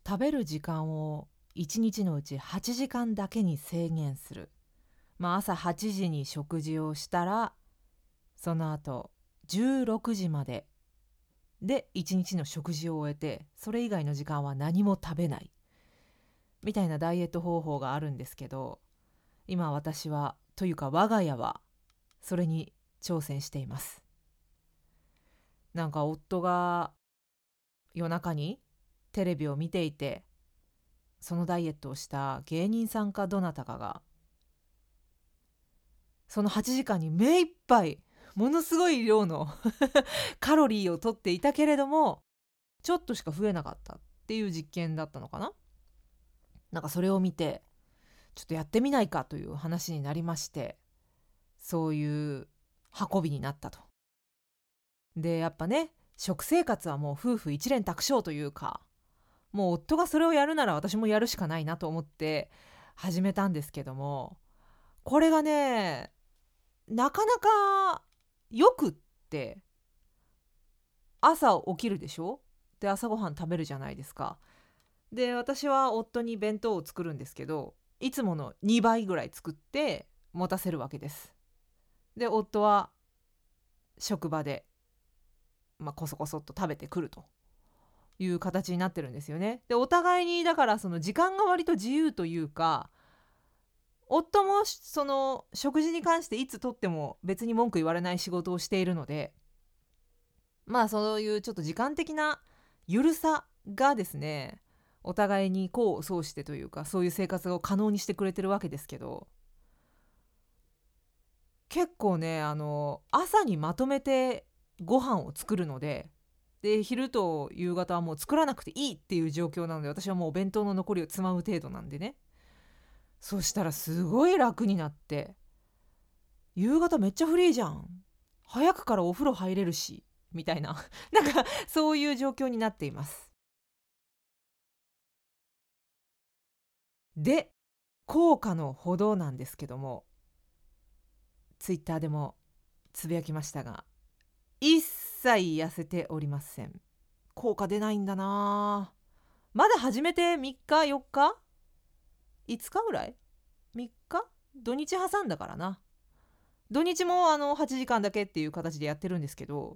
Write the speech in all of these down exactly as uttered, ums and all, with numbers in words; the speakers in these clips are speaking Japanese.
食べる時間をいちにちのうちはちじかんだけに制限する。まあ朝はちじに食事をしたら、その後じゅうろくじまででいちにちの食事を終えて、それ以外の時間は何も食べないみたいなダイエット方法があるんですけど、今私はというか我が家はそれに挑戦しています。なんか夫が夜中にテレビを見ていて、そのダイエットをした芸人さんかどなたかがそのはちじかんに目いっぱいものすごい量のカロリーを取っていたけれども、ちょっとしか増えなかったっていう実験だったのかな。なんかそれを見てちょっとやってみないかという話になりまして、そういう運びになったと。でやっぱね、食生活はもう夫婦一蓮托生というか、もう夫がそれをやるなら私もやるしかないなと思って始めたんですけども、これがねなかなかよくって、朝起きるでしょ。で朝ごはん食べるじゃないですか。で私は夫に弁当を作るんですけど、いつものにばいぐらい作って持たせるわけです。で夫は職場で、まあ、こそこそっと食べてくるという形になってるんですよね。でお互いにだからその時間が割と自由というか、夫もその食事に関していつとっても別に文句言われない仕事をしているので、まあそういうちょっと時間的なゆるさがですね、お互いに功を奏してというか、そういう生活を可能にしてくれてるわけですけど、結構ねあの朝にまとめてご飯を作るので、で昼と夕方はもう作らなくていいっていう状況なので、私はもうお弁当の残りをつまむ程度なんでね。そしたらすごい楽になって、夕方めっちゃフリーじゃん、早くからお風呂入れるしみたいななんかそういう状況になっています。で効果のほどなんですけども、ツイッターでもつぶやきましたが、一切痩せておりません。効果出ないんだな。まだ始めてみっかよっかいつかぐらい、みっか土日挟んだからな。土日もあのはちじかんだけっていう形でやってるんですけど、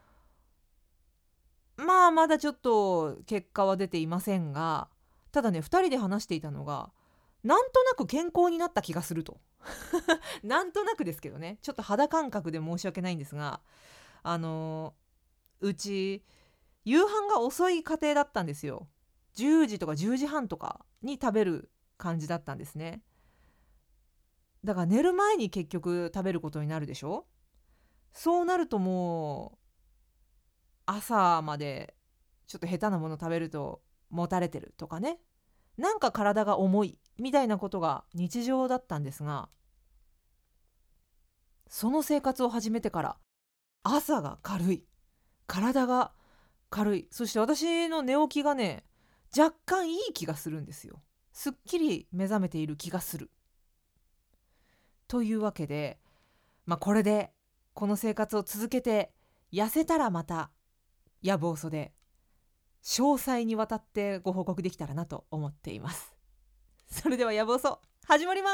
まあまだちょっと結果は出ていませんが、ただねふたりで話していたのが、なんとなく健康になった気がするとなんとなくですけどね、ちょっと肌感覚で申し訳ないんですが、あのうち夕飯が遅い家庭だったんですよ。じゅうじとかじゅうじはんとかに食べる感じだったんですね。だから寝る前に結局食べることになるでしょ。そうなるともう朝までちょっと下手なもの食べるともたれてるとかね、なんか体が重いみたいなことが日常だったんですが、その生活を始めてから朝が軽い、体が軽い、そして私の寝起きがね若干いい気がするんですよ。すっきり目覚めている気がするというわけで、まあこれでこの生活を続けて痩せたらまた野望そで詳細にわたってご報告できたらなと思っています。それでは野望そ始まります。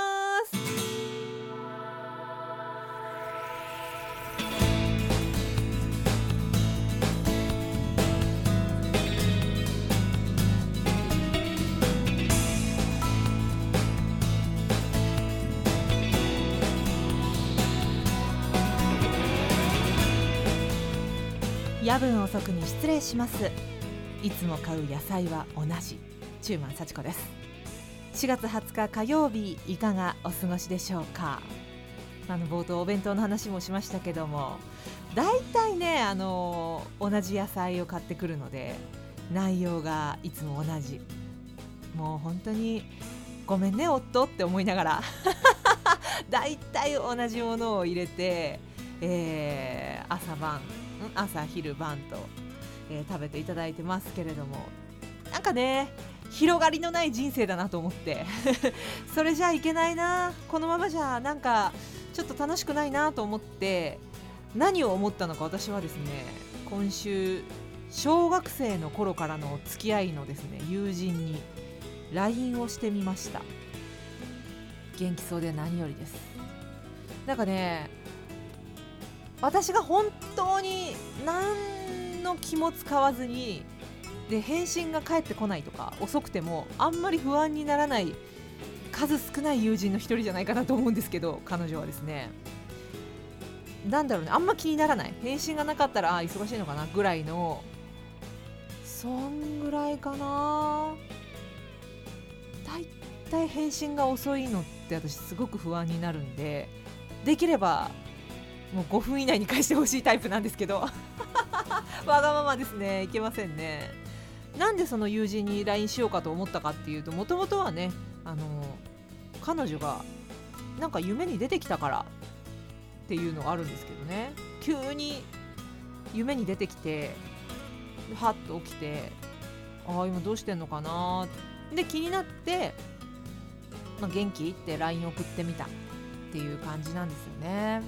夜分遅くに失礼します。いつも買う野菜は同じ中満幸子です。しがつはつか火曜日、いかがお過ごしでしょうか。あの冒頭お弁当の話もしましたけども、だいたいねあの同じ野菜を買ってくるので、内容がいつも同じ。もう本当にごめんね夫って思いながらだいたい同じものを入れて、えー、朝晩朝昼晩と、えー、食べていただいてますけれども、なんかね広がりのない人生だなと思ってそれじゃいけないな、このままじゃなんかちょっと楽しくないなと思って、何を思ったのか、私はですね今週小学生の頃からの付き合いのですね友人に ライン をしてみました。元気そうで何よりです。なんかね、私が本当に何の気も使わずにで返信が返ってこないとか遅くてもあんまり不安にならない数少ない友人の一人じゃないかなと思うんですけど、彼女はですね、なんだろうね、あんま気にならない、返信がなかったらあ忙しいのかなぐらいの、そんぐらいかな。だいたい返信が遅いのって私すごく不安になるんで、できればもうごふん以内に返してほしいタイプなんですけどわがままですね、いけませんね。なんでその友人に ライン しようかと思ったかっていうと、もともとはね、あの彼女がなんか夢に出てきたからっていうのがあるんですけどね、急に夢に出てきてはっと起きて、ああ今どうしてんのかなで気になって、まあ、元気って ライン 送ってみたっていう感じなんですよね。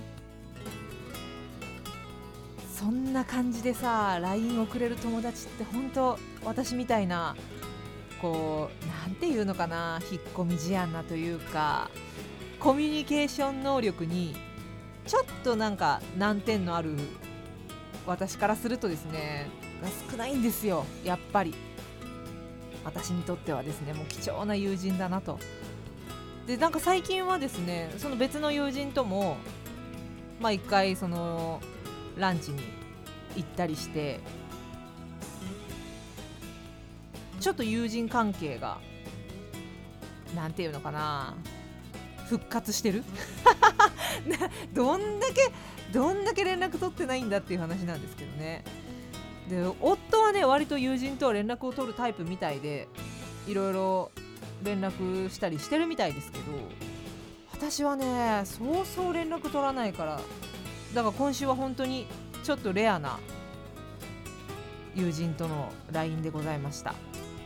そんな感じでさ ライン 送れる友達って本当私みたいなこうなんていうのかな、引っ込み思案なというかコミュニケーション能力にちょっとなんか難点のある私からするとですね少ないんですよ。やっぱり私にとってはですねもう貴重な友人だなと。でなんか最近はですねその別の友人ともまあ一回そのランチに行ったりして、ちょっと友人関係がなんていうのかな復活してるどんだけどんだけ連絡取ってないんだっていう話なんですけどね。で夫はね割と友人と連絡を取るタイプみたいでいろいろ連絡したりしてるみたいですけど、私はねそうそう連絡取らないから、だから今週は本当にちょっとレアな友人との ライン でございました。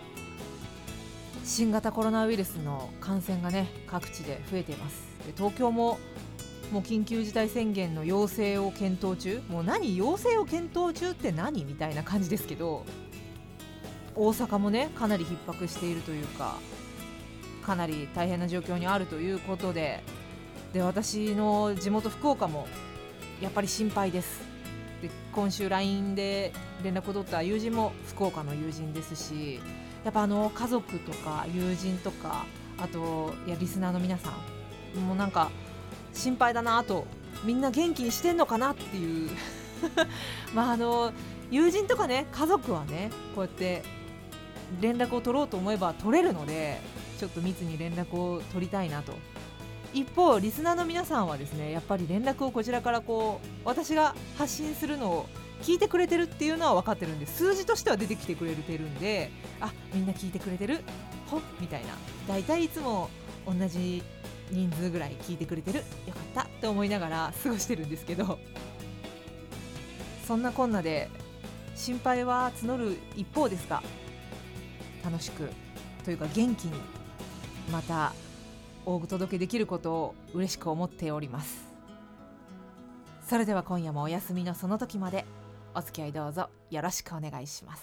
新型コロナウイルスの感染がね各地で増えています。で東京ももう緊急事態宣言の要請を検討中、もう何要請を検討中って何みたいな感じですけど、大阪もねかなり逼迫しているというかかなり大変な状況にあるということで、で私の地元福岡もやっぱり心配です。で今週 ライン で連絡を取った友人も福岡の友人ですし、やっぱあの家族とか友人とかあといやリスナーの皆さんもうなんか心配だなと、みんな元気にしてんのかなっていうまああの友人とかね家族はねこうやって連絡を取ろうと思えば取れるので、ちょっと密に連絡を取りたいなと。一方リスナーの皆さんはですねやっぱり連絡をこちらからこう私が発信するのを聞いてくれてるっていうのは分かってるんで、数字としては出てきてくれてるんで、あみんな聞いてくれてるほっみたいな、だいたいいつも同じ人数ぐらい聞いてくれてるよかったって思いながら過ごしてるんですけど、そんなこんなで心配は募る一方ですが、楽しくというか元気にまたお届けできることを嬉しく思っております。それでは今夜もお休みのその時までお付き合いどうぞよろしくお願いします。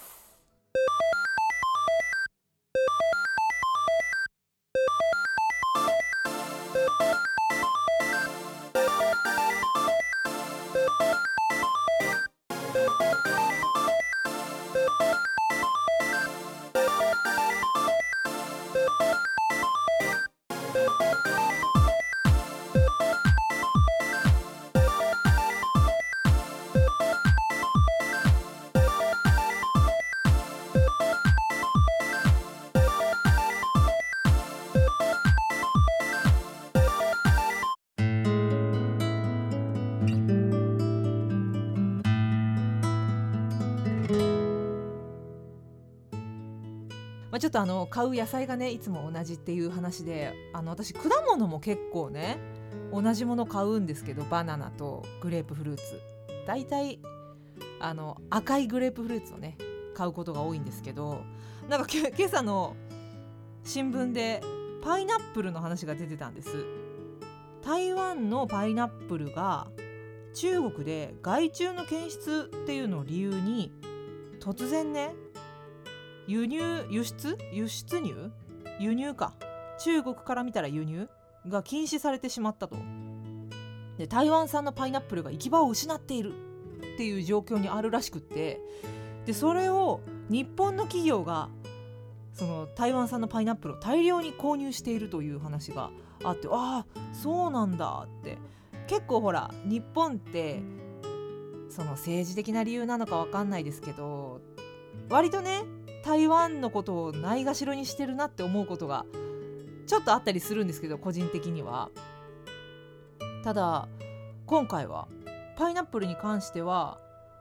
まあ、ちょっとあの買う野菜がねいつも同じっていう話で、あの私果物も結構ね同じもの買うんですけど、バナナとグレープフルーツ、だいたいあの赤いグレープフルーツをね買うことが多いんですけど、なんか今朝の新聞でパイナップルの話が出てたんです。台湾のパイナップルが中国で害虫の検出っていうのを理由に突然ね輸入輸出輸出入輸入か中国から見たら輸入が禁止されてしまったと。で台湾産のパイナップルが行き場を失っているっていう状況にあるらしくって、でそれを日本の企業がその台湾産のパイナップルを大量に購入しているという話があって、ああそうなんだって。結構ほら日本ってその政治的な理由なのか分かんないですけど、割とね台湾のことをないがしろにしてるなって思うことがちょっとあったりするんですけど、個人的には。ただ今回はパイナップルに関しては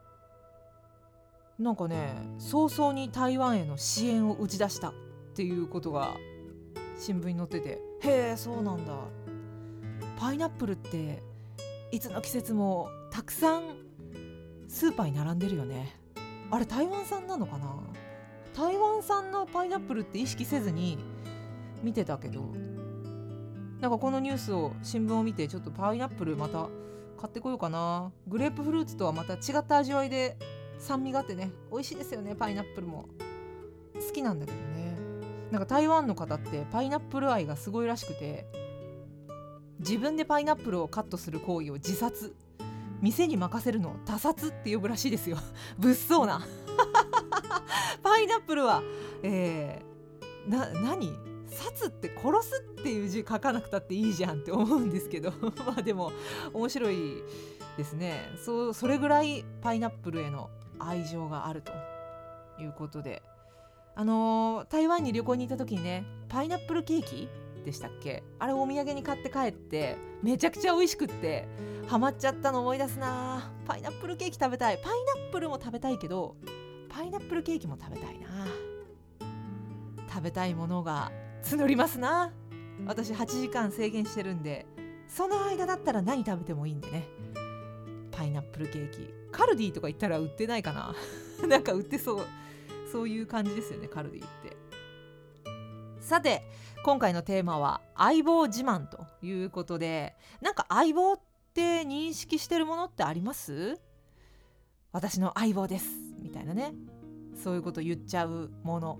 なんかね早々に台湾への支援を打ち出したっていうことが新聞に載ってて、へえそうなんだ。パイナップルっていつの季節もたくさんスーパーに並んでるよね。あれ台湾産なのかな。台湾産のパイナップルって意識せずに見てたけど、なんかこのニュースを新聞を見てちょっとパイナップルまた買ってこようかな。グレープフルーツとはまた違った味わいで酸味があってね美味しいですよね。パイナップルも好きなんだけどね。なんか台湾の方ってパイナップル愛がすごいらしくて、自分でパイナップルをカットする行為を自殺、店に任せるのを他殺って呼ぶらしいですよ物騒なパイナップルは、えー、な何殺って殺すっていう字書かなくたっていいじゃんって思うんですけどまあでも面白いですね。そう、それぐらいパイナップルへの愛情があるということで、あのー、台湾に旅行に行った時にねパイナップルケーキでしたっけ、あれお土産に買って帰ってめちゃくちゃ美味しくってハマっちゃったの思い出すな。パイナップルケーキ食べたい。パイナップルも食べたいけどパイナップルケーキも食べたいな。食べたいものが募りますな。私はちじかん制限してるんで、その間だったら何食べてもいいんでね。パイナップルケーキ、カルディとか行ったら売ってないかななんか売ってそう、そういう感じですよねカルディって。さて今回のテーマは相棒自慢ということで、なんか相棒って認識してるものってあります？私の相棒ですみたいなね、そういうこと言っちゃうもの。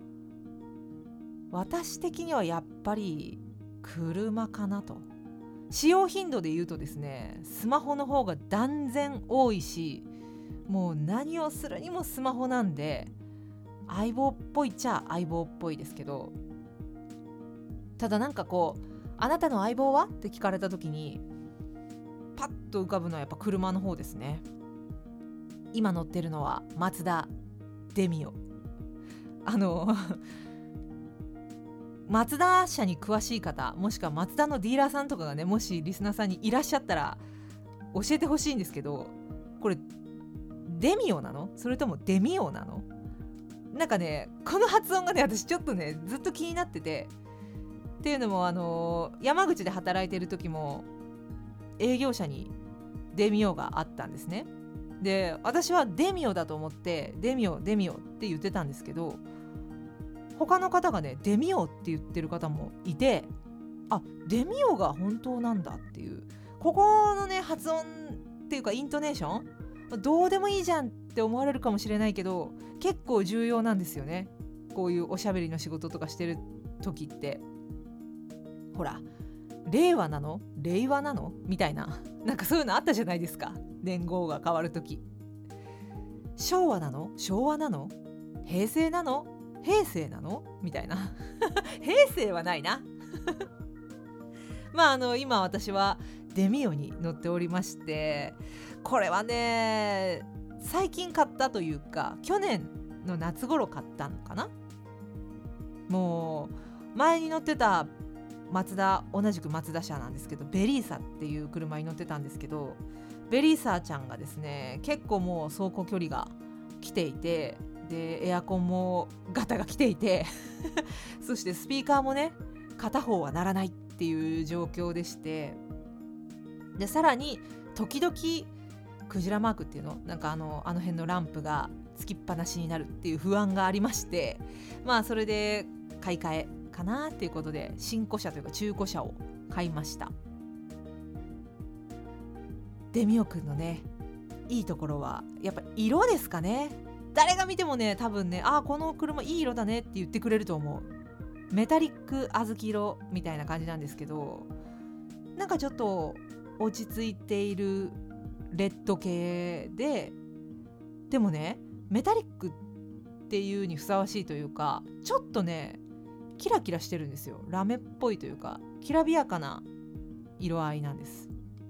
私的にはやっぱり車かなと。使用頻度で言うとですね、スマホの方が断然多いし、もう何をするにもスマホなんで相棒っぽいっちゃ相棒っぽいですけど、ただなんかこうあなたの相棒はって聞かれた時にパッと浮かぶのはやっぱ車の方ですね。今乗ってるのはマツダデミオ。あのマツダ車に詳しい方、もしくはマツダのディーラーさんとかがね、もしリスナーさんにいらっしゃったら教えてほしいんですけど、これデミオなの？それともデミオなの？なんかね、この発音がね、私ちょっとねずっと気になってて、っていうのもあの山口で働いてる時も営業者にデミオがあったんですね。で、私はデミオだと思ってデミオデミオって言ってたんですけど、他の方がねデミオって言ってる方もいて、あ、デミオが本当なんだっていう、ここのね発音っていうかイントネーションどうでもいいじゃんって思われるかもしれないけど、結構重要なんですよね。こういうおしゃべりの仕事とかしてる時って、ほら令和なの令和なのみたいな、なんかそういうのあったじゃないですか。年号が変わる時、昭和なの昭和なの平成なの平成なのみたいな平成はないなまああの今私はデミオに乗っておりまして、これはね最近買ったというか去年の夏頃買ったのかな。もう前に乗ってたマツダ、同じくマツダ車なんですけど、ベリーサっていう車に乗ってたんですけど、ベリーサちゃんがですね結構もう走行距離が来ていて、でエアコンもガタが来ていてそしてスピーカーもね片方は鳴らないっていう状況でして、でさらに時々クジラマークっていうのなんかあのあの辺のランプがつきっぱなしになるっていう不安がありまして、まあそれで買い替えかなっていうことで新古車というか中古車を買いました。デミオくんのねいいところはやっぱ色ですかね。 誰が見てもね多分ね、あーこの車いい色だねって言ってくれると思う。メタリック小豆色みたいな感じなんですけど、なんかちょっと落ち着いているレッド系で、でもねメタリックっていうにふさわしいというか、ちょっとねキラキラしてるんですよ。ラメっぽいというかきらびやかな色合いなんです。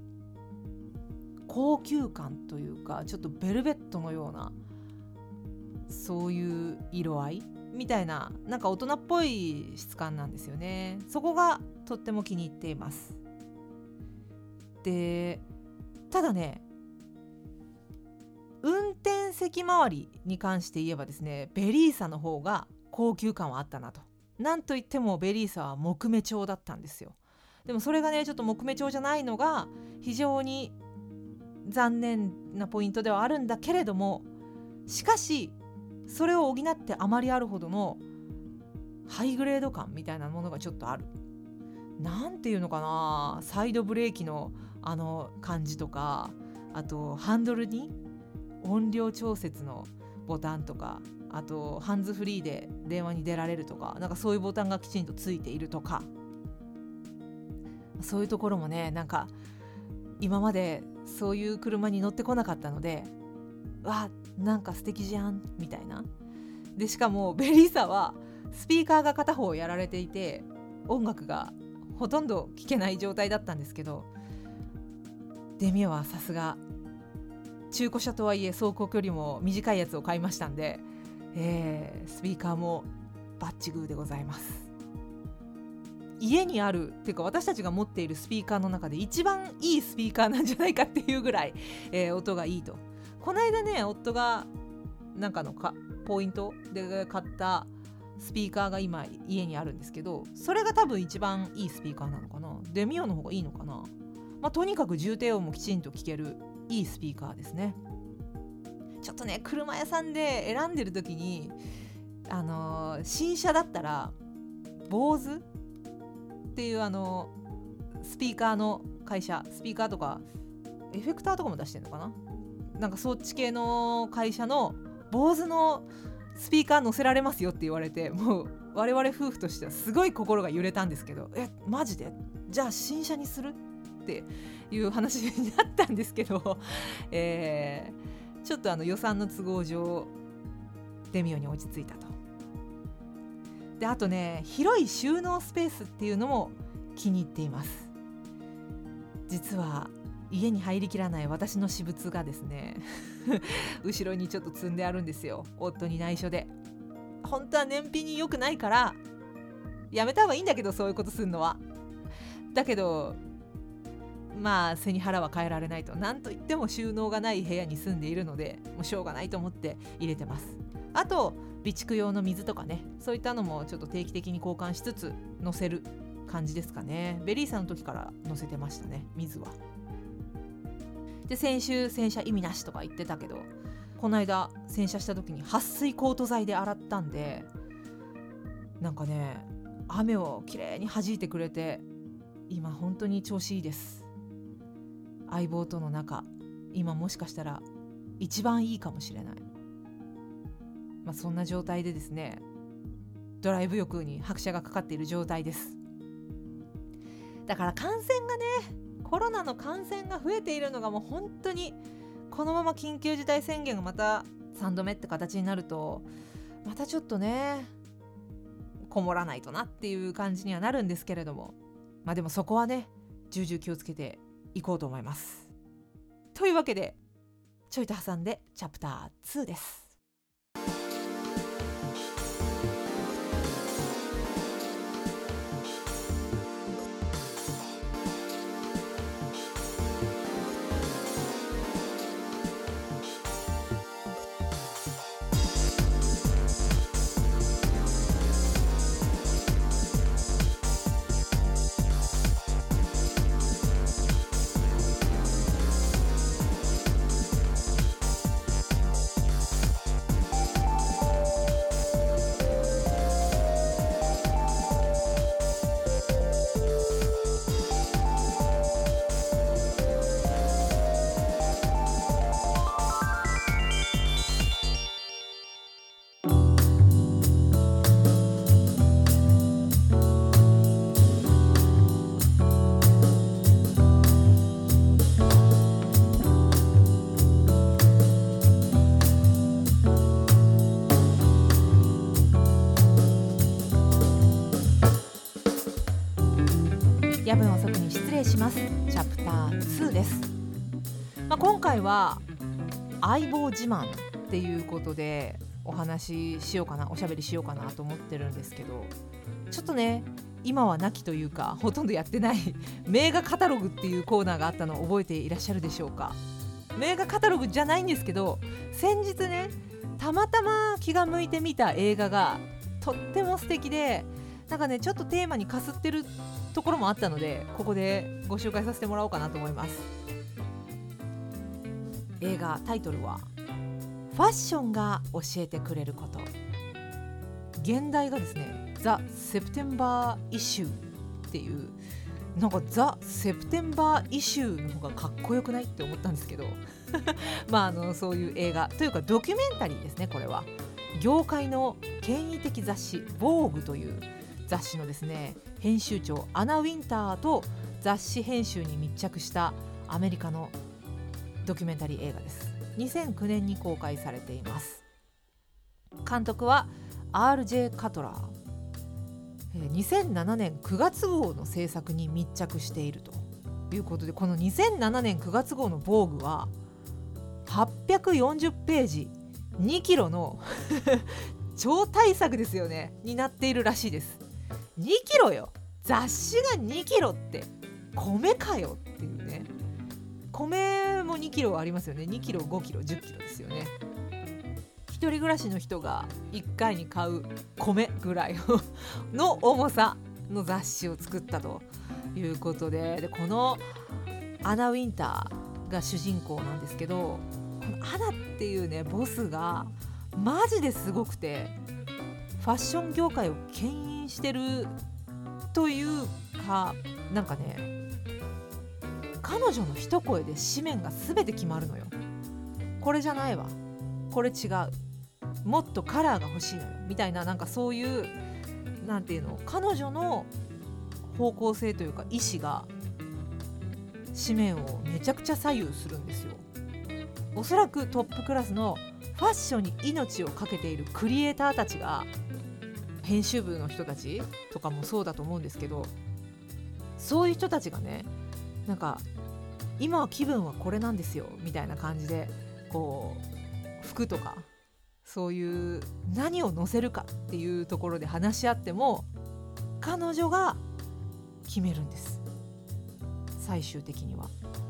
高級感というか、ちょっとベルベットのようなそういう色合いみたいな、なんか大人っぽい質感なんですよね。そこがとっても気に入っています。でただね、運転席周りに関して言えばですね、ベリーサの方が高級感はあったなと。なんといってもベリーサは木目調だったんですよ。でもそれがねちょっと木目調じゃないのが非常に残念なポイントではあるんだけれども、しかしそれを補ってあまりあるほどのハイグレード感みたいなものがちょっとある。なんていうのかな、サイドブレーキのあの感じとか、あとハンドルに音量調節のボタンとか、あとハンズフリーで電話に出られるとか、なんかそういうボタンがきちんとついているとか、そういうところもね、なんか今までそういう車に乗ってこなかったので、わなんか素敵じゃんみたいな。でしかもベリーサはスピーカーが片方やられていて、音楽がほとんど聴けない状態だったんですけど、デミオはさすが中古車とはいえ走行距離も短いやつを買いましたんで、えー、スピーカーもバッチグーでございます。家にあるっていうか、私たちが持っているスピーカーの中で一番いいスピーカーなんじゃないかっていうぐらい、えー、音がいいと。この間ね、夫がなんかのかポイントで買ったスピーカーが今家にあるんですけど、それが多分一番いいスピーカーなのかな。デミオの方がいいのかな。まあ、とにかく重低音もきちんと聞けるいいスピーカーですね。ちょっとね、車屋さんで選んでる時に、あのー、新車だったらボーズっていうあのー、スピーカーの会社、スピーカーとかエフェクターとかも出してるのかな、なんかそっち系の会社のボーズのスピーカー載せられますよって言われて、もう我々夫婦としてはすごい心が揺れたんですけど、えマジでじゃあ新車にするっていう話になったんですけど、えー、ちょっとあの予算の都合上デミオに落ち着いたと。であとね、広い収納スペースっていうのも気に入っています。実は家に入りきらない私の私物がですね後ろにちょっと積んであるんですよ。夫に内緒で。本当は燃費に良くないからやめた方がいいんだけど、そういうことするのは。だけどまあ背に腹は変えられないと。なんといっても収納がない部屋に住んでいるので、もうしょうがないと思って入れてます。あと備蓄用の水とかね、そういったのもちょっと定期的に交換しつつ乗せる感じですかね。ベリーさんの時から乗せてましたね、水は。で先週洗車意味なしとか言ってたけど、この間洗車した時に撥水コート剤で洗ったんで、なんかね雨をきれいに弾いてくれて、今本当に調子いいです。相棒との仲、今もしかしたら一番いいかもしれない。まあそんな状態でですね、ドライブ欲に拍車がかかっている状態です。だから感染がね、コロナの感染が増えているのがもう本当に、このまま緊急事態宣言がまたさんどめって形になると、またちょっとねこもらないとなっていう感じにはなるんですけれども、まあでもそこはね重々気をつけていこうと思います。というわけでちょいと挟んでチャプターツーです。 夜分遅くに失礼します。チャプターツーです。まあ、今回は相棒自慢っていうことでお話ししようかな、おしゃべりしようかなと思ってるんですけど、ちょっとね今はなきというかほとんどやってない名画カタログっていうコーナーがあったのを覚えていらっしゃるでしょうか。名画カタログじゃないんですけど、先日ねたまたま気が向いて見た映画がとっても素敵で、なんかねちょっとテーマにかすってるところもあったので、ここでご紹介させてもらおうかなと思います。映画タイトルはファッションが教えてくれること。現代がですねザ・セプテンバー・イシューっていう、なんかザ・セプテンバー・イシューの方がかっこよくないって思ったんですけどまああのそういう映画というかドキュメンタリーですね。これは業界の権威的雑誌ボーグという雑誌のですね編集長アナ・ウィンターと雑誌編集に密着したアメリカのドキュメンタリー映画です。にせんきゅうねんに公開されています。監督は アールジェー カトラー。にせんななねんくがつ号の制作に密着しているということで、このにせんななねんくがつ号のボーグははっぴゃくよんじゅうページにキロの超大作ですよねになっているらしいです。にキロよ、雑誌がにキロって米かよっていうね。米もにキロありますよね。にキロごキロじゅっキロですよね。一人暮らしの人がいっかいに買う米ぐらいの重さの雑誌を作ったということで、でこのアナ・ウィンターが主人公なんですけど、このアナっていうねボスがマジですごくて、ファッション業界を牽引してるというか、なんかね彼女の一声で紙面が全て決まるのよ。これじゃないわ、これ違う、もっとカラーが欲しいのよみたいな、なんかそういうなんていうの、彼女の方向性というか意思が紙面をめちゃくちゃ左右するんですよ。おそらくトップクラスのファッションに命をかけているクリエイターたちが、編集部の人たちとかもそうだと思うんですけど、そういう人たちがね、なんか今は気分はこれなんですよみたいな感じで、こう服とかそういう何を載せるかっていうところで話し合っても彼女が決めるんです。最終的には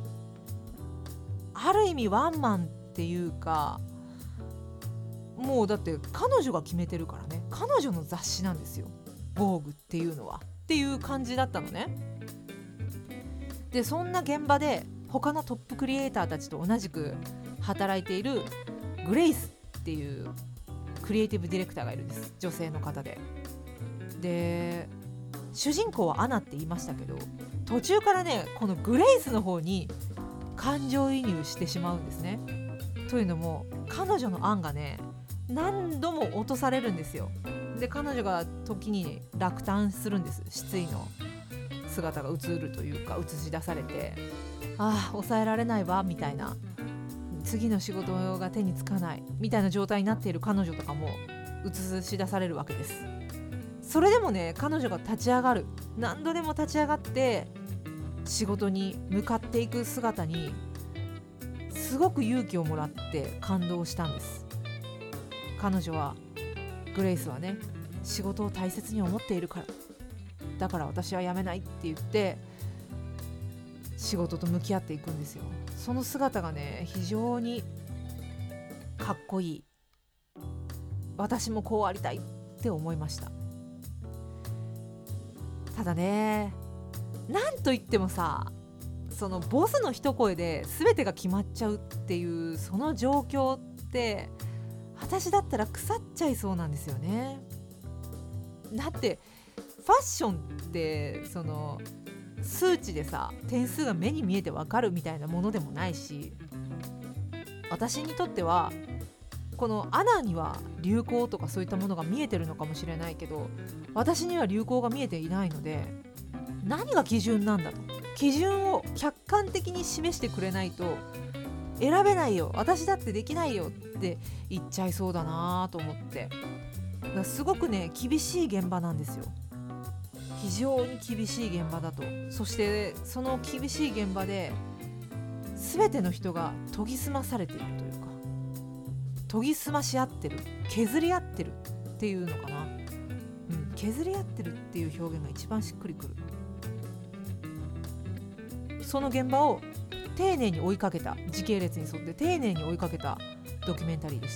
ある意味ワンマンっていうか、もうだって彼女が決めてるからね、彼女の雑誌なんですよボーグっていうのはっていう感じだったのね。でそんな現場で他のトップクリエイターたちと同じく働いているグレイスっていうクリエイティブディレクターがいるんです。女性の方で、で主人公はアナって言いましたけど、途中からねこのグレイスの方に感情移入してしまうんですね。というのも彼女の案がね何度も落とされるんですよ。で彼女が時に落胆するんです。失意の姿が映るというか映し出されて、ああ抑えられないわみたいな、次の仕事が手につかないみたいな状態になっている彼女とかも映し出されるわけです。それでもね彼女が立ち上がる、何度でも立ち上がって仕事に向かっていく姿にすごく勇気をもらって感動したんです。彼女は、グレイスはね仕事を大切に思っているから、だから私は辞めないって言って仕事と向き合っていくんですよ。その姿がね非常にかっこいい、私もこうありたいって思いました。ただね、なんといってもさ、そのボスの一声で全てが決まっちゃうっていうその状況って、私だったら腐っちゃいそうなんですよね。だってファッションってその数値でさ点数が目に見えてわかるみたいなものでもないし、私にとってはこのアナには流行とかそういったものが見えてるのかもしれないけど、私には流行が見えていないので、何が基準なんだと、基準を客観的に示してくれないと選べないよ、私だってできないよって言っちゃいそうだなと思って、だからすごくね厳しい現場なんですよ。 非常に厳しい現場だと。そしてその厳しい現場で全ての人が研ぎ澄まされているというか、研ぎ澄まし合ってる、削り合ってるっていうのかな、うん、削り合ってるっていう表現が一番しっくりくる。その現場を丁寧に追いかけた、時系列に沿って丁寧に追いかけたドキュメンタリーでした。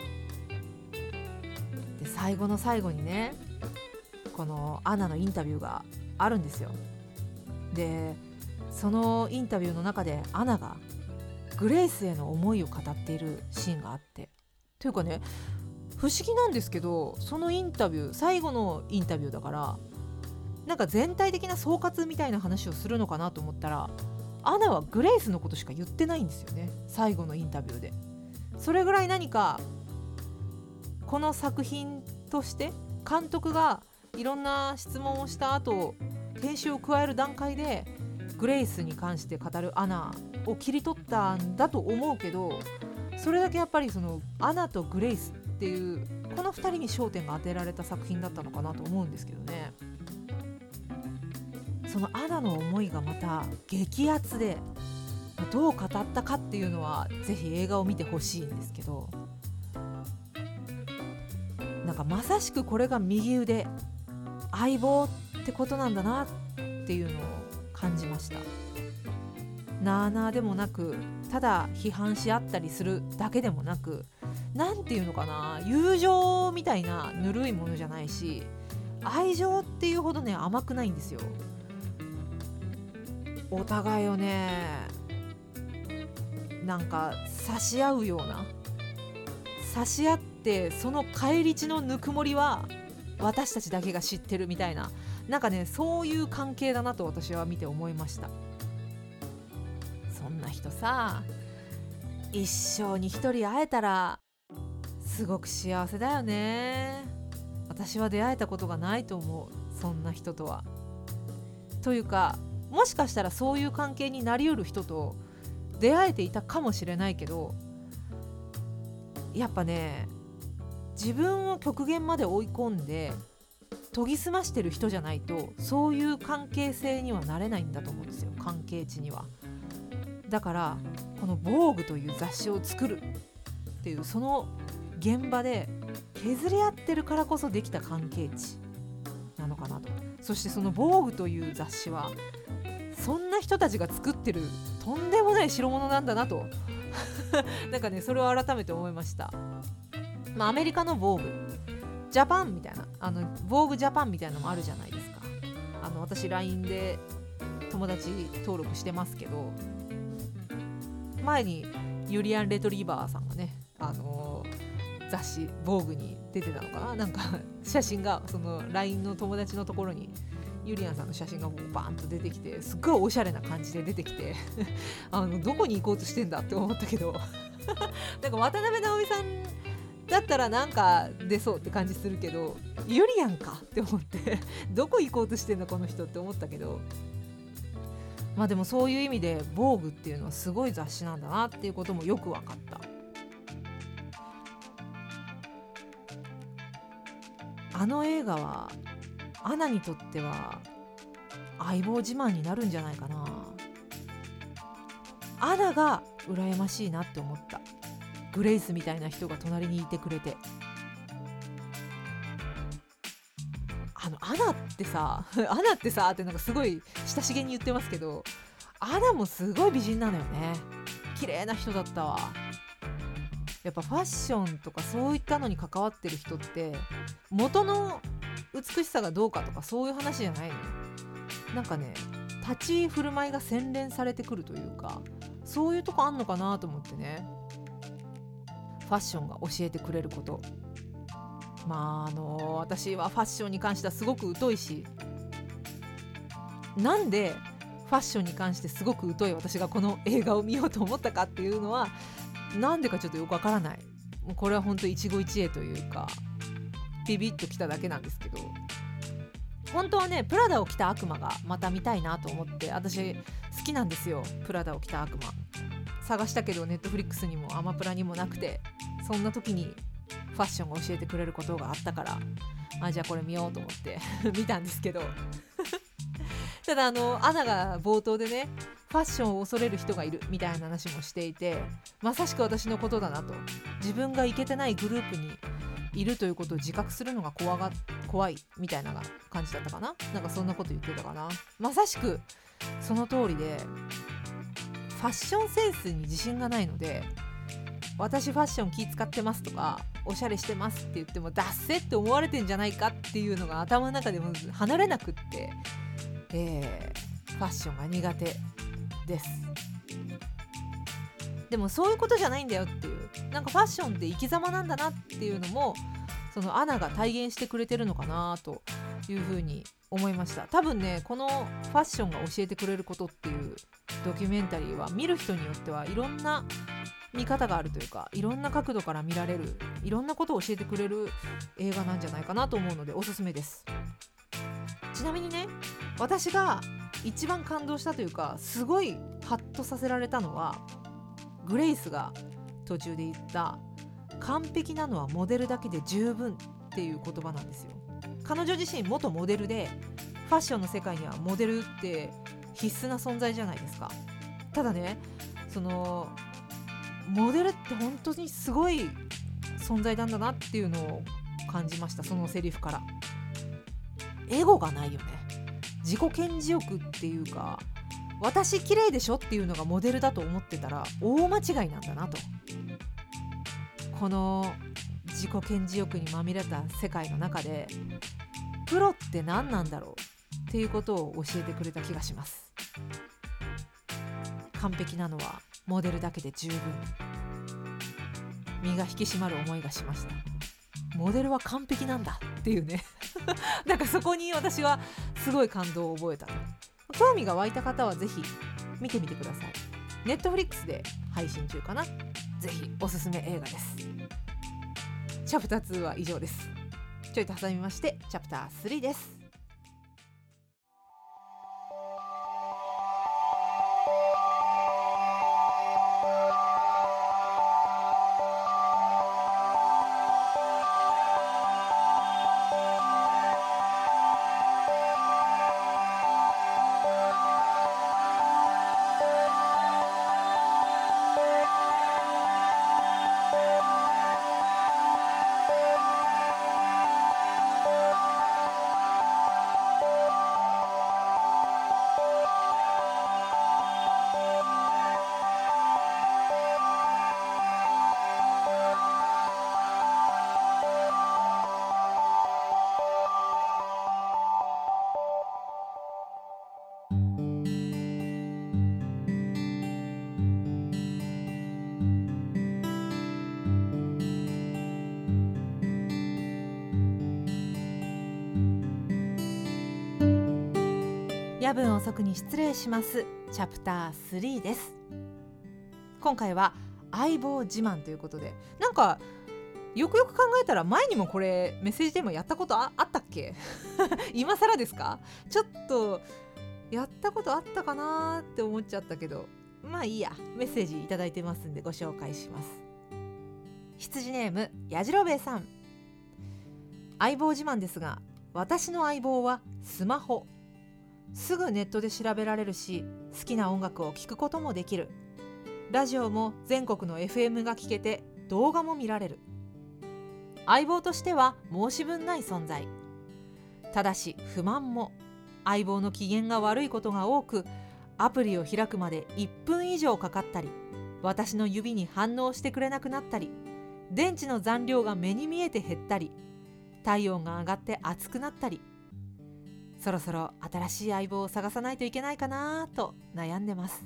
で最後の最後にね、このアナのインタビューがあるんですよ。でそのインタビューの中でアナがグレイスへの思いを語っているシーンがあって、というかね、不思議なんですけど、そのインタビュー、最後のインタビューだからなんか全体的な総括みたいな話をするのかなと思ったら、アナはグレイスのことしか言ってないんですよね、最後のインタビューで。それぐらい何かこの作品として監督がいろんな質問をした後、編集を加える段階でグレイスに関して語るアナを切り取ったんだと思うけど、それだけやっぱりそのアナとグレイスっていうこのふたりに焦点が当てられた作品だったのかなと思うんですけどね。そのアナの思いがまた激アツで、どう語ったかっていうのはぜひ映画を見てほしいんですけど、なんかまさしくこれが右腕、相棒ってことなんだなっていうのを感じました。なあなあでもなく、ただ批判し合ったりするだけでもなく、なんていうのかな、友情みたいなぬるいものじゃないし、愛情っていうほどね甘くないんですよ。お互いをね、なんか差し合うような、差し合ってその返り血のぬくもりは私たちだけが知ってるみたいな、なんかねそういう関係だなと私は見て思いました。そんな人さ、一生に一人会えたらすごく幸せだよね。私は出会えたことがないと思う、そんな人とは。というか、もしかしたらそういう関係になりうる人と出会えていたかもしれないけど、やっぱね、自分を極限まで追い込んで研ぎ澄ましてる人じゃないとそういう関係性にはなれないんだと思うんですよ、関係値には。だからこの防具という雑誌を作るっていうその現場で削り合ってるからこそできた関係値なのかなと。そしてその防具という雑誌はそんな人たちが作ってるとんでもない代物なんだなとなんかねそれを改めて思いました。まあ、アメリカの防具ジャパンみたいな、あの防具ジャパンみたいなのもあるじゃないですか。あの私 ライン で友達登録してますけど、前にユリアン・レトリーバーさんがね、あのー、雑誌防具に出てたのかな、なんか写真がその ライン の友達のところにユリアンさんの写真がもうバーンと出てきて、すっごいおしゃれな感じで出てきてあのどこに行こうとしてんだって思ったけどなんか渡辺直美さんだったらなんか出そうって感じするけど、ユリアンかって思ってどこ行こうとしてんだこの人って思ったけど、まあでもそういう意味で防具っていうのはすごい雑誌なんだなっていうこともよく分かった。あの映画はアナにとっては相棒自慢になるんじゃないかな。アナが羨ましいなって思った。グレイスみたいな人が隣にいてくれて。あのアナってさアナってさってなんかすごい親しげに言ってますけど、アナもすごい美人なのよね。綺麗な人だったわ。やっぱファッションとかそういったのに関わってる人って元の美しさがどうかとかそういう話じゃないのよ。なんかね、立ち居振る舞いが洗練されてくるというか、そういうとこあんのかなと思ってね。ファッションが教えてくれること、まああの私はファッションに関してはすごく疎いし、なんでファッションに関してすごく疎い私がこの映画を見ようと思ったかっていうのはなんでかちょっとよくわからない。もうこれは本当一期一会というかビビッときただけなんですけど、本当はねプラダを着た悪魔がまた見たいなと思って、私好きなんですよプラダを着た悪魔。探したけどネットフリックスにもアマプラにもなくて、そんな時にファッションが教えてくれることがあったからあじゃあこれ見ようと思って見たんですけどただあのアナが冒頭でねファッションを恐れる人がいるみたいな話もしていて、まさしく私のことだなと。自分がイケてないグループにいるということを自覚するのが怖が怖いみたいな感じだったかな。なんかそんなこと言ってたかな。まさしくその通りで、ファッションセンスに自信がないので、私ファッション気使ってますとかおしゃれしてますって言ってもダッセって思われてんじゃないかっていうのが頭の中でも離れなくって、えー、ファッションが苦手です。でもそういうことじゃないんだよっていう、なんかファッションって生き様なんだなっていうのもそのアナが体現してくれてるのかなというふうに思いました。多分ね、このファッションが教えてくれることっていうドキュメンタリーは見る人によってはいろんな見方があるというか、いろんな角度から見られる、いろんなことを教えてくれる映画なんじゃないかなと思うのでおすすめです。ちなみにね、私が一番感動したというかすごいハッとさせられたのは、グレイスが途中で言った完璧なのはモデルだけで十分っていう言葉なんですよ。彼女自身元モデルで、ファッションの世界にはモデルって必須な存在じゃないですか。ただね、そのモデルって本当にすごい存在なんだなっていうのを感じました。そのセリフからエゴがないよね。自己顕示欲っていうか、私綺麗でしょっていうのがモデルだと思ってたら大間違いなんだなと。この自己顕示欲にまみれた世界の中でプロって何なんだろうっていうことを教えてくれた気がします。完璧なのはモデルだけで十分。身が引き締まる思いがしました。モデルは完璧なんだっていうねなんかそこに私はすごい感動を覚えた。興味が湧いた方はぜひ見てみてください。ネットフリックスで配信中かな。ぜひおすすめ映画です。チャプターツーは以上です。ちょいと挟みましてチャプタースリーです。夜分遅くに失礼します。チャプタースリーです。今回は相棒自慢ということで、なんかよくよく考えたら前にもこれメッセージテーマやったこと あ, あったっけ今更ですか？ちょっとやったことあったかなって思っちゃったけど、まあいいや。メッセージいただいてますんでご紹介します。羊ネームやじろべえさん。相棒自慢ですが、私の相棒はスマホ。すぐネットで調べられるし、好きな音楽を聴くこともできる。ラジオも全国の エフエム が聴けて、動画も見られる。相棒としては申し分ない存在。ただし不満も。相棒の機嫌が悪いことが多く、アプリを開くまでいっぷん以上かかったり、私の指に反応してくれなくなったり、電池の残量が目に見えて減ったり、体温が上がって熱くなったり、そろそろ新しい相棒を探さないといけないかなと悩んでます。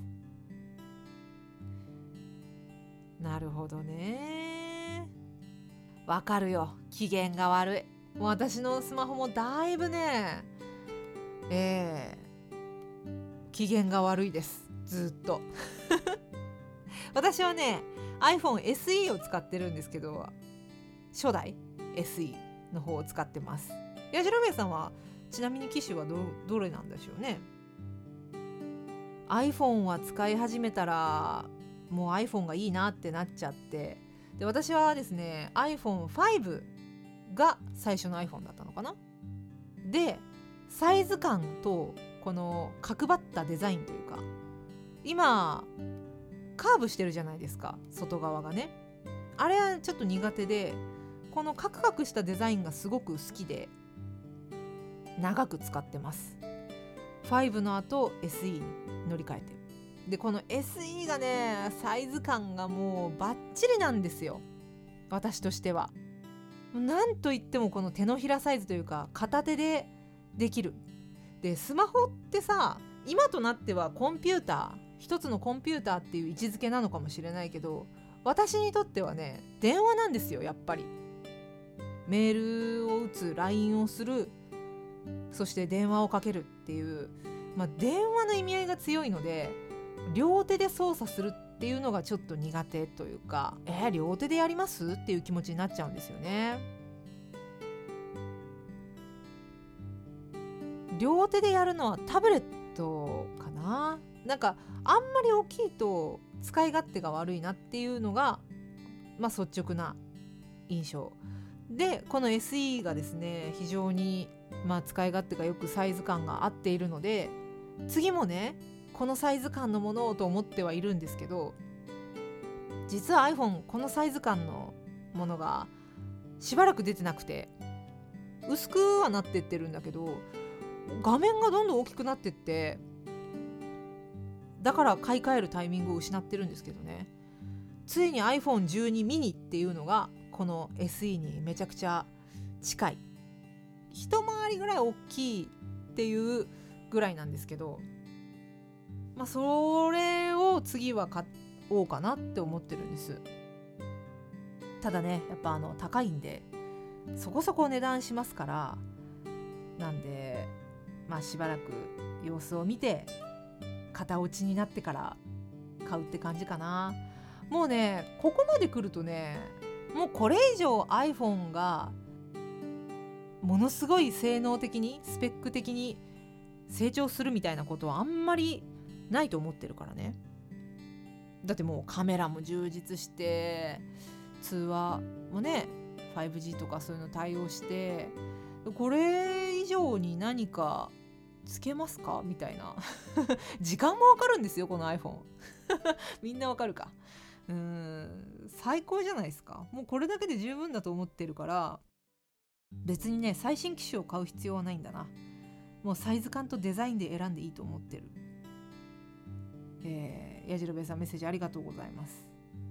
なるほどね。わかるよ、機嫌が悪い。もう私のスマホもだいぶね、えー、機嫌が悪いです。ずっと私はね アイフォンエスイー を使ってるんですけど、初代 エスイー の方を使ってます。やじろべえさんはちなみに機種は ど, どれなんでしょうね。 iPhone は使い始めたらもう iPhone がいいなってなっちゃって、で私はですね アイフォンファイブが最初の iPhone だったのかな。でサイズ感とこの角張ったデザインというか、今カーブしてるじゃないですか、外側がね。あれはちょっと苦手で、このカクカクしたデザインがすごく好きで長く使ってます。ごの後 エスイー に乗り換えて、でこの エスイー がねサイズ感がもうバッチリなんですよ、私としては。なんといってもこの手のひらサイズというか片手でできる。でスマホってさ、今となってはコンピューター、一つのコンピューターっていう位置づけなのかもしれないけど、私にとってはね電話なんですよ。やっぱりメールを打つ、 ライン をする、そして電話をかけるっていう、まあ、電話の意味合いが強いので、両手で操作するっていうのがちょっと苦手というか、えー、両手でやりますっていう気持ちになっちゃうんですよね。両手でやるのはタブレットかな。なんかあんまり大きいと使い勝手が悪いなっていうのが、まあ、率直な印象で、この エスイー がですね非常に、まあ、使い勝手がよくサイズ感が合っているので、次もねこのサイズ感のものをと思ってはいるんですけど、実は iPhone このサイズ感のものがしばらく出てなくて、薄くはなってってるんだけど画面がどんどん大きくなってって、だから買い替えるタイミングを失ってるんですけどね。ついに アイフォンじゅうに ミニっていうのがこの エスイー にめちゃくちゃ近い、一回りぐらい大きいっていうぐらいなんですけど、まあそれを次は買おうかなって思ってるんです。ただねやっぱあの高いんでそこそこ値段しますから、なんでまあしばらく様子を見て型落ちになってから買うって感じかな。もうねここまで来るとね、もうこれ以上 iPhone がものすごい性能的にスペック的に成長するみたいなことはあんまりないと思ってるからね。だってもうカメラも充実して、通話もね ファイブジー とかそういうの対応して、これ以上に何かつけますかみたいな時間もわかるんですよこの iPhone みんなわかるか。うーん最高じゃないですか。もうこれだけで十分だと思ってるから、別にね最新機種を買う必要はないんだな。もうサイズ感とデザインで選んでいいと思ってる。えー、やじろべえさんメッセージありがとうございます。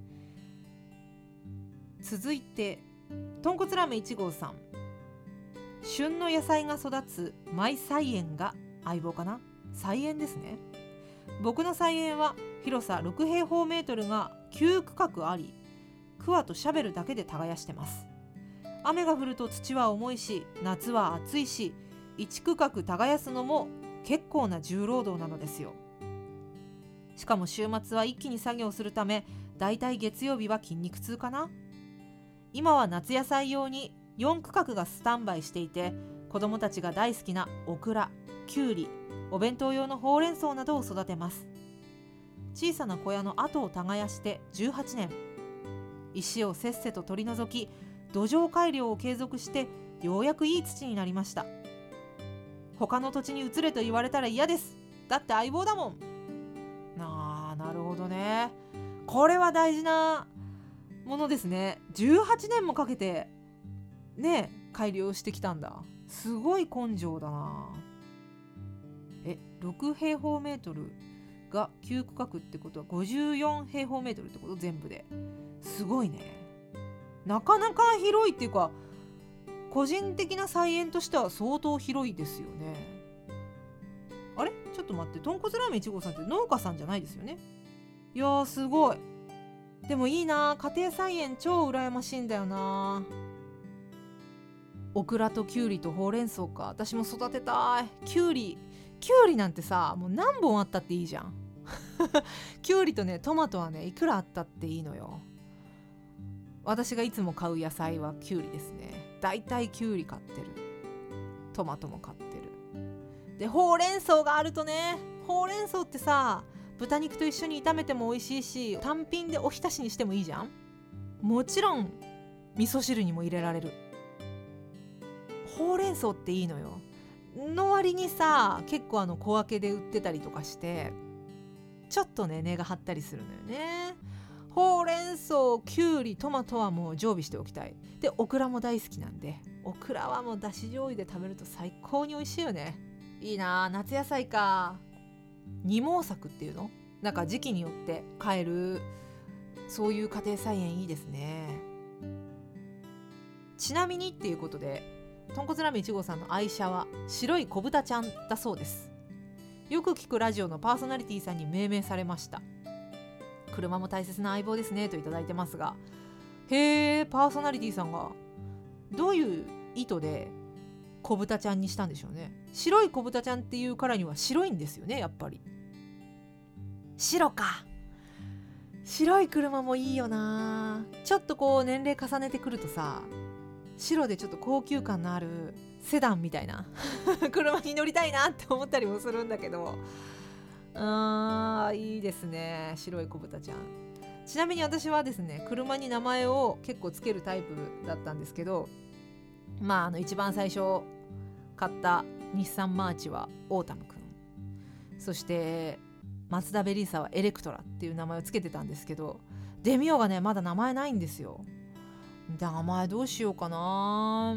続いて豚骨ラーメンいち号さん、旬の野菜が育つマイ菜園が相棒かな。菜園ですね。僕の菜園は広さろく平方メートルがきゅう区画あり、クワとシャベルだけで耕してます。雨が降ると土は重いし、夏は暑いし、いち区画耕すのも結構な重労働なのですよ。しかも週末は一気に作業するため、だいたい月曜日は筋肉痛かな。今は夏野菜用によん区画がスタンバイしていて、子どもたちが大好きなオクラ、キュウリ、お弁当用のほうれん草などを育てます。小さな小屋の跡を耕してじゅうはちねん、石をせっせと取り除き、土壌改良を継続してようやくいい土になりました。他の土地に移れと言われたら嫌です。だって相棒だもん。あー、なるほどね。これは大事なものですね。じゅうはちねんもかけてね改良してきたんだ。すごい根性だな。えろく平方メートルがきゅう区画ってことはごじゅうよん平方メートルってこと？全部ですごいね。なかなか広いっていうか、個人的な菜園としては相当広いですよね。あれちょっと待って、豚骨ラーメンいち号さんって農家さんじゃないですよね。いやーすごい。でもいいな、家庭菜園超羨ましいんだよな。オクラとキュウリとほうれん草か。私も育てたい。キュウリキュウリなんてさ、もう何本あったっていいじゃんキュウリとねトマトはねいくらあったっていいのよ。私がいつも買う野菜はキュウリですね。だいたいキュウリ買ってる。トマトも買ってる。でほうれん草があるとね、ほうれん草ってさ豚肉と一緒に炒めても美味しいし、単品でおひたしにしてもいいじゃん。もちろん味噌汁にも入れられる。 ほうれん草っていいのよ。の割にさ、結構あの小分けで売ってたりとかしてちょっとね値が張ったりするのよね。ほうれん草、きゅうり、トマトはもう常備しておきたい。でオクラも大好きなんで、オクラはもうだし醤油で食べると最高に美味しいよね。いいな、夏野菜か。二毛作っていうの、なんか時期によって買える、そういう家庭菜園いいですね。ちなみにっていうことで、豚骨ラーメンいち号さんの愛車は白い小豚ちゃんだそうです。よく聞くラジオのパーソナリティさんに命名されました。車も大切な相棒ですねといただいてますが、へー、パーソナリティさんがどういう意図で小豚ちゃんにしたんでしょうね。白い小豚ちゃんっていうからには白いんですよね、やっぱり。白か。白い車もいいよな。ちょっとこう年齢重ねてくるとさ、白でちょっと高級感のあるセダンみたいな車に乗りたいなって思ったりもするんだけど、あー、いいですね、白い小豚ちゃん。ちなみに私はですね、車に名前を結構つけるタイプだったんですけど、まああの一番最初買った日産マーチはオータムくん、そしてマツダベリーサはエレクトラっていう名前をつけてたんですけど、デミオがねまだ名前ないんですよ。名前どうしようかな。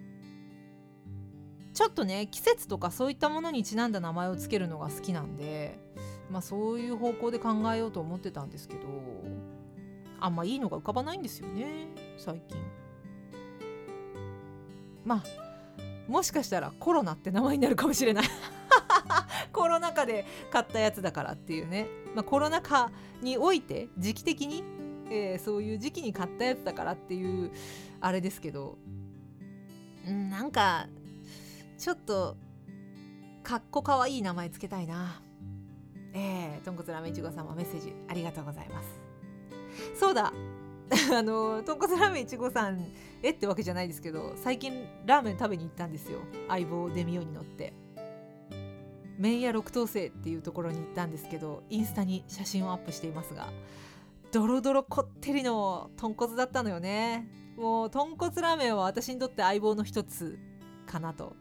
ちょっとね季節とかそういったものにちなんだ名前をつけるのが好きなんで、まあそういう方向で考えようと思ってたんですけど、あんまいいのが浮かばないんですよね最近。まあもしかしたらコロナって名前になるかもしれないコロナ禍で買ったやつだからっていうね、まあ、コロナ禍において時期的に、えー、そういう時期に買ったやつだからっていうあれですけど、んなんかちょっとかっこかわいい名前つけたいな。えー、とんこつラーメンいち号さんもメッセージありがとうございます。そうだあのとんこつラーメンいち号さんえってわけじゃないですけど、最近ラーメン食べに行ったんですよ。相棒デミオに乗って麺屋六等星っていうところに行ったんですけど、インスタに写真をアップしていますが、ドロドロこってりの豚骨だったのよね。もう豚骨ラーメンは私にとって相棒の一つかなと。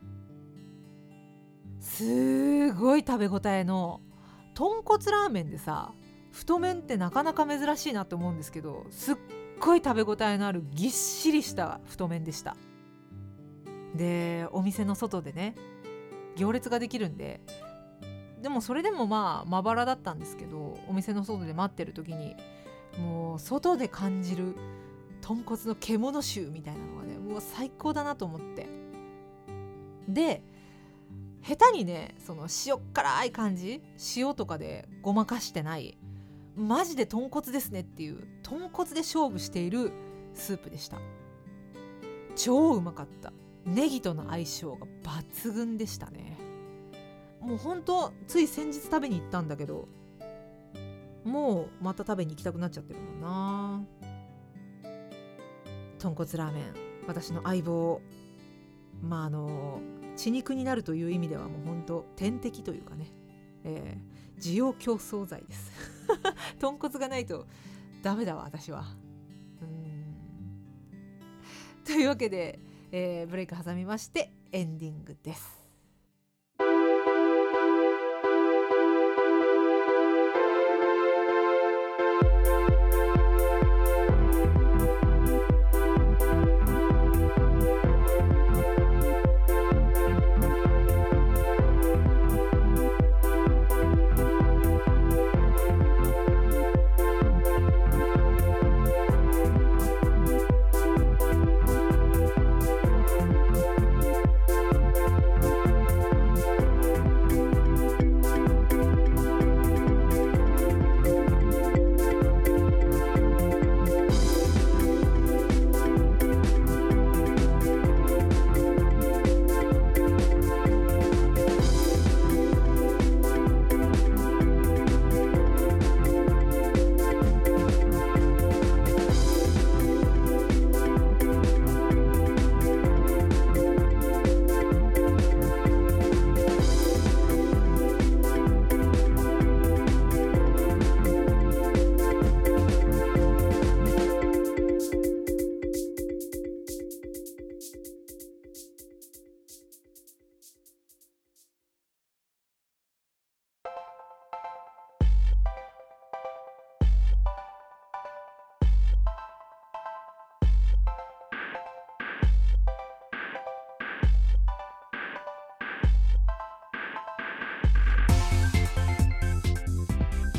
すごい食べ応えの豚骨ラーメンでさ、太麺ってなかなか珍しいなと思うんですけど、すっごい食べ応えのあるぎっしりした太麺でした。でお店の外でね行列ができるんで、でもそれでもまあまばらだったんですけど、お店の外で待ってる時にもう外で感じる豚骨の獣臭みたいなのがね、もう最高だなと思って、で下手にねその塩辛い感じ、塩とかでごまかしてない、マジで豚骨ですねっていう豚骨で勝負しているスープでした。超うまかった。ネギとの相性が抜群でしたね。もうほんとつい先日食べに行ったんだけど、もうまた食べに行きたくなっちゃってるもんな。豚骨ラーメン、私の相棒、まああの血肉になるという意味ではもうほんと天敵というかね、えー、需要競争剤です豚骨がないとダメだわ私は。うーんというわけで、えー、ブレイク挟みましてエンディングです。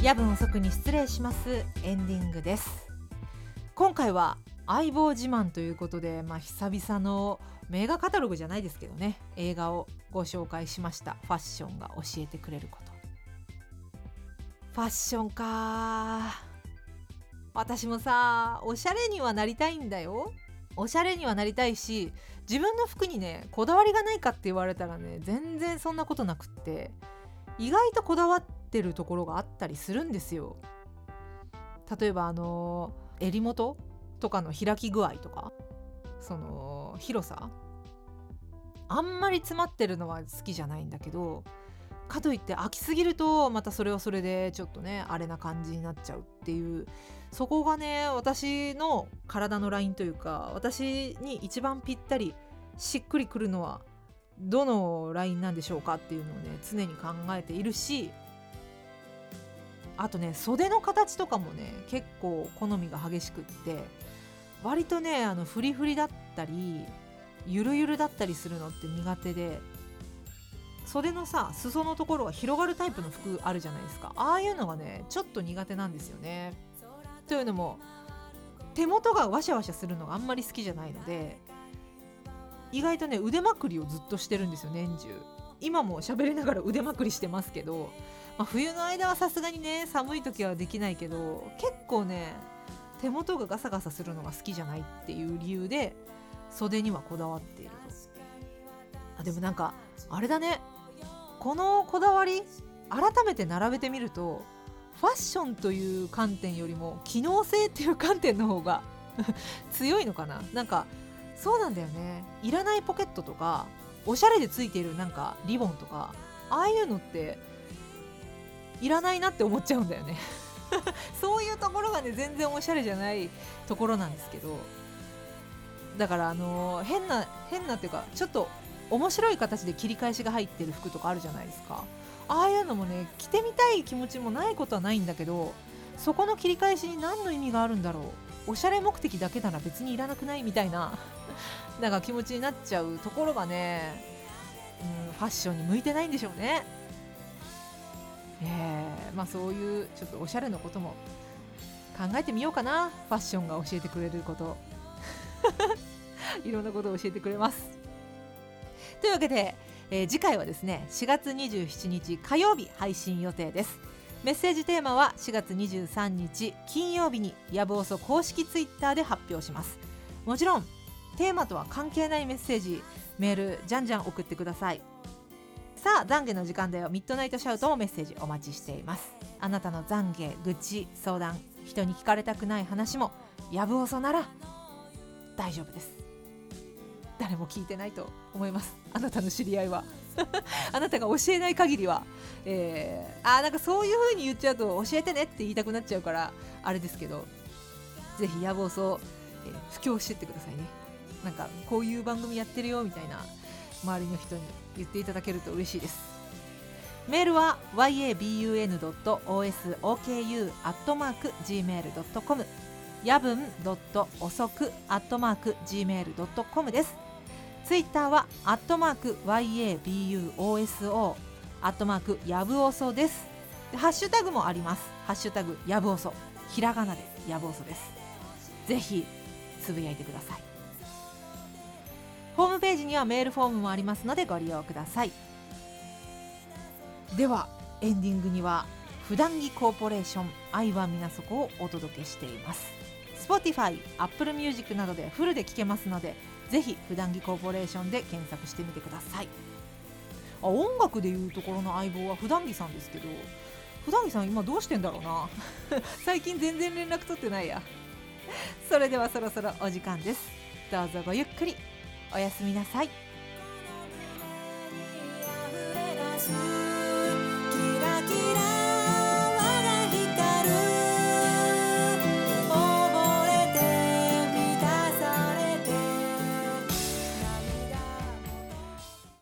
夜分遅くに失礼します。エンディングです。今回は相棒自慢ということで、まあ、久々の名画カタログじゃないですけどね、映画をご紹介しました。ファッションが教えてくれること。ファッションか、私もさ、おしゃれにはなりたいんだよ。おしゃれにはなりたいし、自分の服にねこだわりがないかって言われたらね、全然そんなことなくって、意外とこだわってるところがあったりするんですよ。例えばあの襟元とかの開き具合とか、その広さ、あんまり詰まってるのは好きじゃないんだけど、かといって飽きすぎるとまたそれはそれでちょっとねあれな感じになっちゃうっていう、そこがね私の体のラインというか、私に一番ぴったりしっくりくるのはどのラインなんでしょうかっていうのをね常に考えているし、あとね袖の形とかもね結構好みが激しくって、割とねあのフリフリだったりゆるゆるだったりするのって苦手で、袖のさ裾のところが広がるタイプの服あるじゃないですか。ああいうのがねちょっと苦手なんですよね。というのも手元がワシャワシャするのがあんまり好きじゃないので、意外とね腕まくりをずっとしてるんですよ、年中。今も喋りながら腕まくりしてますけど、まあ、冬の間はさすがにね寒い時はできないけど、結構ね手元がガサガサするのが好きじゃないっていう理由で袖にはこだわっていると。あ、でもなんかあれだね、このこだわり改めて並べてみると、ファッションという観点よりも機能性っていう観点の方が強いのかな。なんかそうなんだよね。いらないポケットとかおしゃれでついているなんかリボンとか、ああいうのっていらないなって思っちゃうんだよねそういうところがね全然おしゃれじゃないところなんですけど、だからあのー、変な変なっていうかちょっと面白い形で切り返しが入ってる服とかあるじゃないですか。ああいうのもね着てみたい気持ちもないことはないんだけど、そこの切り返しに何の意味があるんだろう、おしゃれ目的だけなら別にいらなくないみたいななんか気持ちになっちゃうところがね、うん、ファッションに向いてないんでしょうね。えー、まあそういうちょっとおしゃれのことも考えてみようかな。ファッションが教えてくれることいろんなことを教えてくれます。というわけで、えー、次回はですねしがつにじゅうしちにち火曜日配信予定です。メッセージテーマはしがつにじゅうさんにち金曜日にやぶおそ公式ツイッターで発表します。もちろんテーマとは関係ないメッセージ、メールじゃんじゃん送ってください。さあ懺悔の時間だよ、ミッドナイトシャウトもメッセージお待ちしています。あなたの懺悔、愚痴、相談、人に聞かれたくない話もやぶおそなら大丈夫です。誰も聞いてないと思います、あなたの知り合いはあなたが教えない限りは、えー、あなんかそういう風に言っちゃうと教えてねって言いたくなっちゃうからあれですけど、ぜひやぶおそ、えー、布教してってくださいね。なんかこういう番組やってるよみたいな周りの人に言っていただけると嬉しいです。メールは ワイエービーユーエヌドットオーエスオーケーユー アットマーク ジーメールドットコム やぶん .遅く アットマーク ジーメールドットコム です。ツイッターはアットマーク ワイエービーユーオーエスオー アットマークやぶおそです。でハッシュタグもあります。ハッシュタグやぶおそ、ひらがなでやぶおそです。ぜひつぶやいてください。ホームページにはメールフォームもありますのでご利用ください。ではエンディングには普段着コーポレーション愛はみなそこをお届けしています。 Spotify、Apple Music などでフルで聴けますので、ぜひ普段着コーポレーションで検索してみてください。あ、音楽でいうところの相棒は普段着さんですけど、普段着さん今どうしてんだろうな最近全然連絡取ってないやそれではそろそろお時間です。どうぞごゆっくりおやすみなさい。